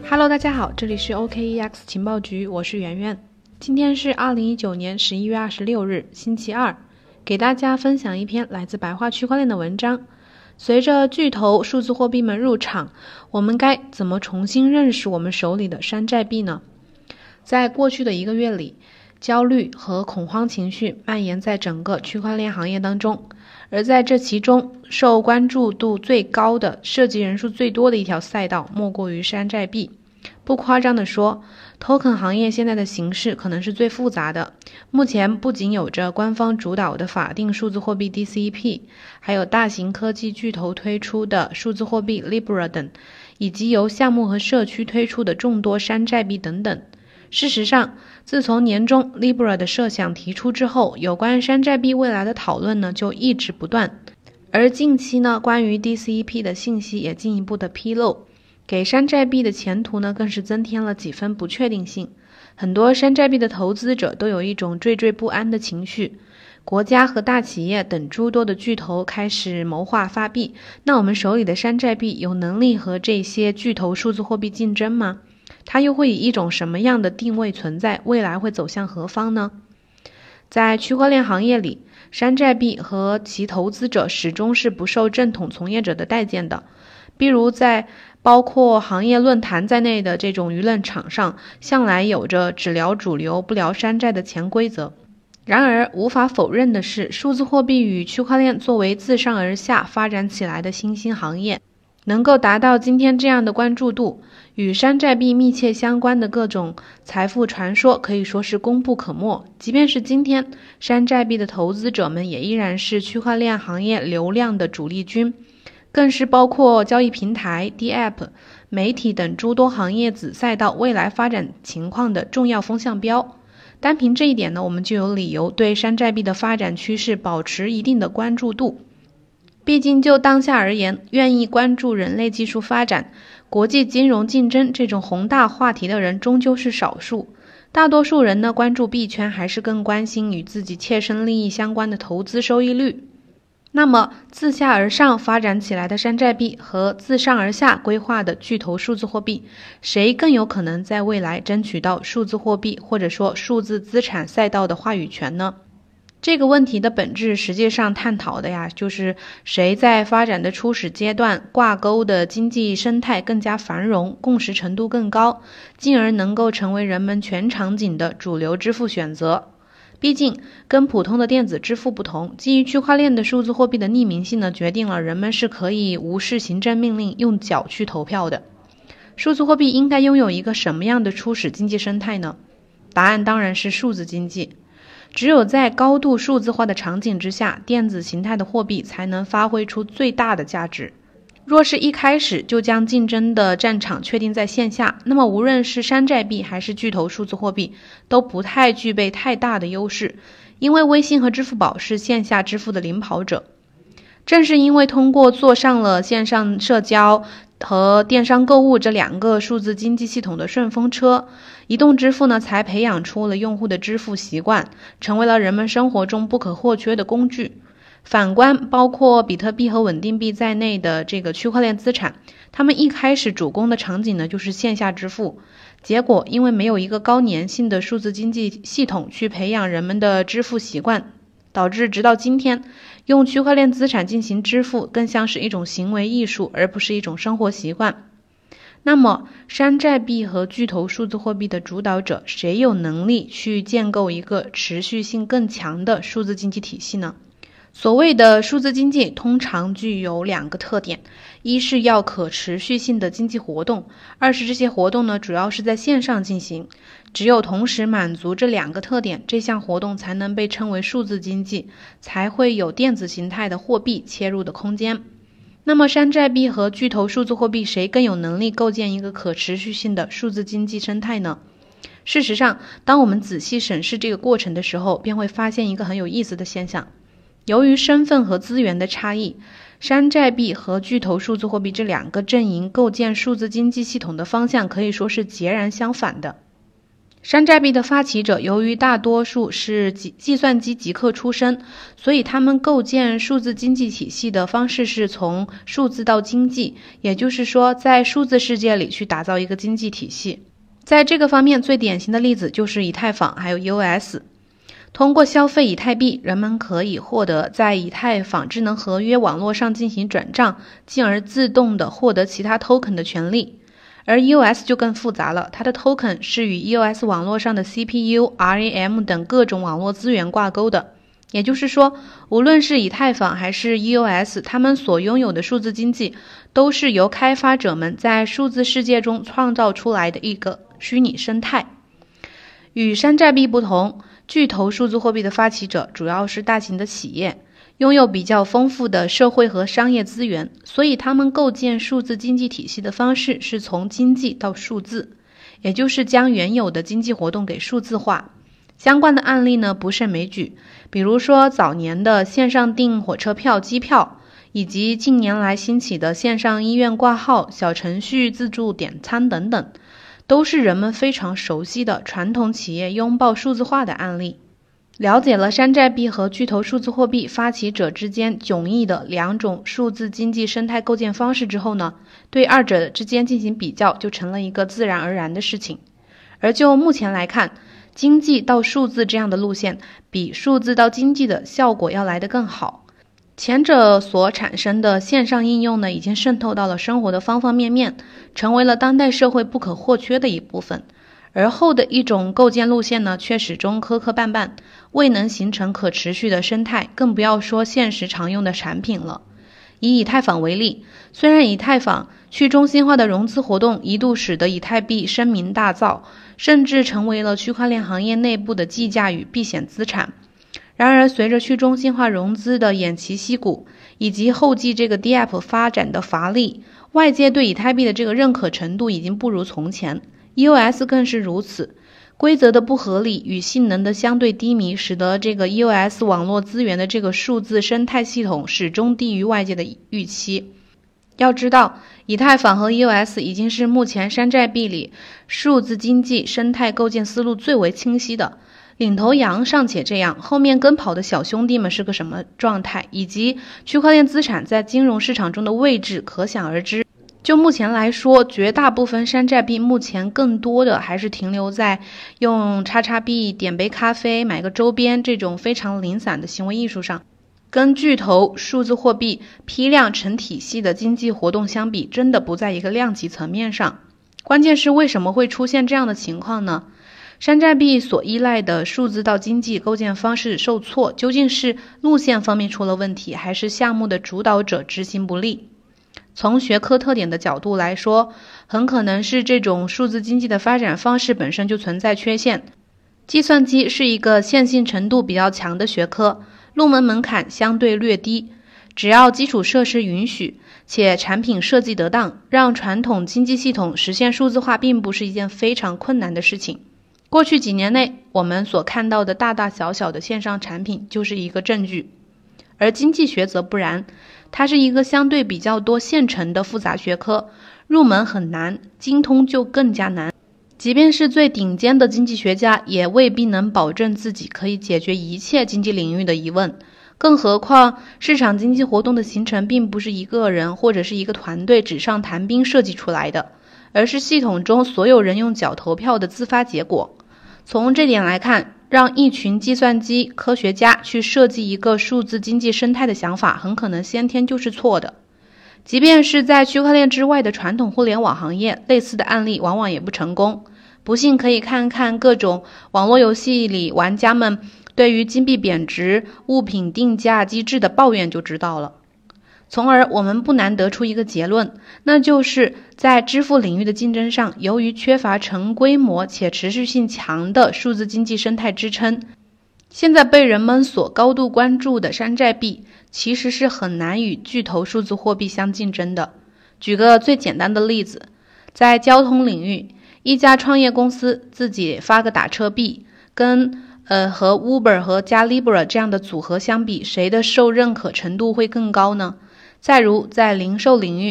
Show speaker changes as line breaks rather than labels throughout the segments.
Hello， 大家好，这里是 OKEX 情报局，我是圆圆。今天是2019年11月26日，星期二，给大家分享一篇来自白话区块链的文章。随着巨头数字货币们入场，我们该怎么重新认识我们手里的山寨币呢？在过去的1个月里，焦虑和恐慌情绪蔓延在整个区块链行业当中，而在这其中，受关注度最高的、涉及人数最多的一条赛道，莫过于山寨币。不夸张地说， token 行业现在的形势可能是最复杂的。目前不仅有着官方主导的法定数字货币 DCEP， 还有大型科技巨头推出的数字货币 Libra 等，以及由项目和社区推出的众多山寨币等等。事实上，自从年中 Libra 的设想提出之后，有关山寨币未来的讨论呢就一直不断。而近期呢，关于 DCEP 的信息也进一步的披露，给山寨币的前途呢更是增添了几分不确定性。很多山寨币的投资者都有一种惴惴不安的情绪。国家和大企业等诸多的巨头开始谋划发币，那我们手里的山寨币有能力和这些巨头数字货币竞争吗？它又会以一种什么样的定位存在？未来会走向何方呢？在区块链行业里，山寨币和其投资者始终是不受正统从业者的待见的。比如在包括行业论坛在内的这种舆论场上，向来有着只聊主流不聊山寨的潜规则。然而无法否认的是，数字货币与区块链作为自上而下发展起来的新兴行业，能够达到今天这样的关注度，与山寨币密切相关的各种财富传说可以说是功不可没。即便是今天，山寨币的投资者们也依然是区块链行业流量的主力军，更是包括交易平台、DApp、媒体等诸多行业子赛道未来发展情况的重要风向标。单凭这一点呢，我们就有理由对山寨币的发展趋势保持一定的关注度。毕竟就当下而言，愿意关注人类技术发展、国际金融竞争这种宏大话题的人终究是少数。大多数人呢，关注币圈还是更关心与自己切身利益相关的投资收益率。那么自下而上发展起来的山寨币和自上而下规划的巨头数字货币，谁更有可能在未来争取到数字货币或者说数字资产赛道的话语权呢？这个问题的本质实际上探讨的就是谁在发展的初始阶段挂钩的经济生态更加繁荣，共识程度更高，进而能够成为人们全场景的主流支付选择。毕竟跟普通的电子支付不同，基于区块链的数字货币的匿名性呢，决定了人们是可以无视行政命令用脚去投票的。数字货币应该拥有一个什么样的初始经济生态呢？答案当然是数字经济。只有在高度数字化的场景之下，电子形态的货币才能发挥出最大的价值。若是一开始就将竞争的战场确定在线下，那么无论是山寨币还是巨头数字货币，都不太具备太大的优势，因为微信和支付宝是线下支付的领跑者。正是因为通过坐上了线上社交和电商购物这2个数字经济系统的顺风车，移动支付呢才培养出了用户的支付习惯，成为了人们生活中不可或缺的工具。反观包括比特币和稳定币在内的这个区块链资产，他们一开始主攻的场景呢就是线下支付，结果因为没有一个高粘性的数字经济系统去培养人们的支付习惯，导致直到今天，用区块链资产进行支付更像是一种行为艺术，而不是一种生活习惯。那么山寨币和巨头数字货币的主导者，谁有能力去建构一个持续性更强的数字经济体系呢？所谓的数字经济通常具有2个特点，一是要可持续性的经济活动，二是这些活动呢主要是在线上进行。只有同时满足这2个特点，这项活动才能被称为数字经济，才会有电子形态的货币切入的空间。那么山寨币和巨头数字货币谁更有能力构建一个可持续性的数字经济生态呢？事实上，当我们仔细审视这个过程的时候，便会发现一个很有意思的现象。由于身份和资源的差异，山寨币和巨头数字货币这2个阵营构建数字经济系统的方向可以说是截然相反的。 山寨币的发起者由于大多数是计算机极客出身，所以他们构建数字经济体系的方式是从数字到经济，也就是说在数字世界里去打造一个经济体系。在这个方面最典型的例子就是以太坊还有 EOS。 通过消费以太币，人们可以获得在以太坊智能合约网络上进行转账，进而自动的获得其他 token 的权利。而 EOS 就更复杂了，它的 token 是与 EOS 网络上的 CPU、RAM 等各种网络资源挂钩的。也就是说，无论是以太坊还是 EOS， 他们所拥有的数字经济都是由开发者们在数字世界中创造出来的一个虚拟生态。与山寨币不同，巨头数字货币的发起者主要是大型的企业，拥有比较丰富的社会和商业资源，所以他们构建数字经济体系的方式是从经济到数字，也就是将原有的经济活动给数字化。相关的案例呢不胜枚举，比如说早年的线上订火车票、机票，以及近年来兴起的线上医院挂号、小程序自助点餐等等，都是人们非常熟悉的传统企业拥抱数字化的案例。了解了山寨币和巨头数字货币发起者之间迥异的两种数字经济生态构建方式之后呢，对二者之间进行比较就成了一个自然而然的事情。而就目前来看，经济到数字这样的路线比数字到经济的效果要来得更好。前者所产生的线上应用呢，已经渗透到了生活的方方面面，成为了当代社会不可或缺的一部分。而后的一种构建路线呢，却始终磕磕绊绊，未能形成可持续的生态，更不要说现实常用的产品了。以以太坊为例，虽然以太坊去中心化的融资活动一度使得以太币声名大噪，甚至成为了区块链行业内部的计价与避险资产，然而随着去中心化融资的偃旗息鼓，以及后继这个 DApp 发展的乏力，外界对以太币的这个认可程度已经不如从前。EOS 更是如此，规则的不合理与性能的相对低迷，使得这个 EOS 网络资源的这个数字生态系统始终低于外界的预期。要知道，以太坊和 EOS 已经是目前山寨币里数字经济生态构建思路最为清晰的。领头羊尚且这样，后面跟跑的小兄弟们是个什么状态，以及区块链资产在金融市场中的位置可想而知。就目前来说，绝大部分山寨币目前更多的还是停留在用叉叉币点杯咖啡、买个周边这种非常零散的行为艺术上，跟巨头数字货币批量成体系的经济活动相比，真的不在一个量级层面上。关键是为什么会出现这样的情况呢？山寨币所依赖的数字到经济构建方式受挫，究竟是路线方面出了问题，还是项目的主导者执行不力？从学科特点的角度来说，很可能是这种数字经济的发展方式本身就存在缺陷。计算机是一个线性程度比较强的学科，入门门槛相对略低，只要基础设施允许，且产品设计得当，让传统经济系统实现数字化并不是一件非常困难的事情。过去几年内，我们所看到的大大小小的线上产品就是一个证据。而经济学则不然，它是一个相对比较多现成的复杂学科，入门很难，精通就更加难。即便是最顶尖的经济学家，也未必能保证自己可以解决一切经济领域的疑问。更何况，市场经济活动的形成并不是一个人或者是一个团队纸上谈兵设计出来的，而是系统中所有人用脚投票的自发结果。从这点来看，让一群计算机科学家去设计一个数字经济生态的想法，很可能先天就是错的。即便是在区块链之外的传统互联网行业，类似的案例往往也不成功。不信可以看看各种网络游戏里玩家们对于金币贬值、物品定价机制的抱怨就知道了。从而我们不难得出一个结论，那就是在支付领域的竞争上，由于缺乏成规模且持续性强的数字经济生态支撑，现在被人们所高度关注的山寨币其实是很难与巨头数字货币相竞争的。举个最简单的例子，在交通领域，一家创业公司自己发个打车币，跟和 Uber 和加 Libra 这样的组合相比，谁的受认可程度会更高呢？再如在零售领域，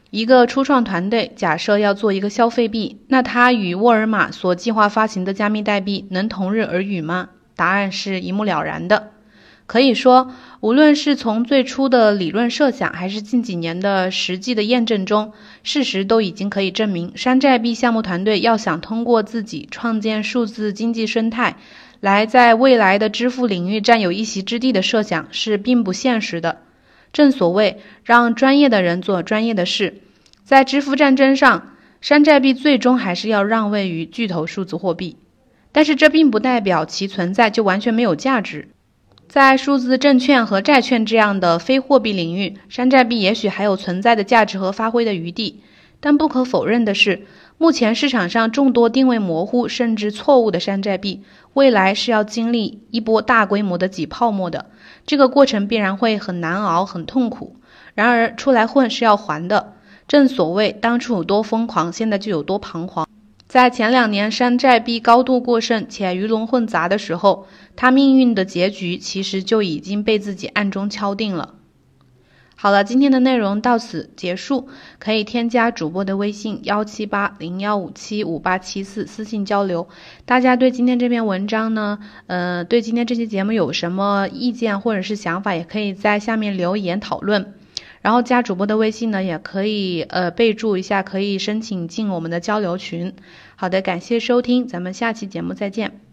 一个初创团队假设要做一个消费币，那它与沃尔玛所计划发行的加密代币能同日而语吗？答案是一目了然的。可以说，无论是从最初的理论设想，还是近几年的实际的验证中，事实都已经可以证明，山寨币项目团队要想通过自己创建数字经济生态，来在未来的支付领域占有一席之地的设想是并不现实的。正所谓，让专业的人做专业的事，在支付战争上，山寨币最终还是要让位于巨头数字货币。但是这并不代表其存在就完全没有价值。在数字证券和债券这样的非货币领域，山寨币也许还有存在的价值和发挥的余地。但不可否认的是，目前市场上众多定位模糊甚至错误的山寨币，未来是要经历一波大规模的挤泡沫的。这个过程必然会很难熬，很痛苦。然而出来混是要还的。正所谓当初有多疯狂，现在就有多彷徨。在前2年山寨币高度过剩且鱼龙混杂的时候，它命运的结局其实就已经被自己暗中敲定了。好了，今天的内容到此结束，可以添加主播的微信17801575874私信交流。大家对今天这篇文章呢，对今天这期节目有什么意见或者是想法，也可以在下面留言讨论。然后加主播的微信呢，也可以备注一下，可以申请进我们的交流群。好的，感谢收听，咱们下期节目再见。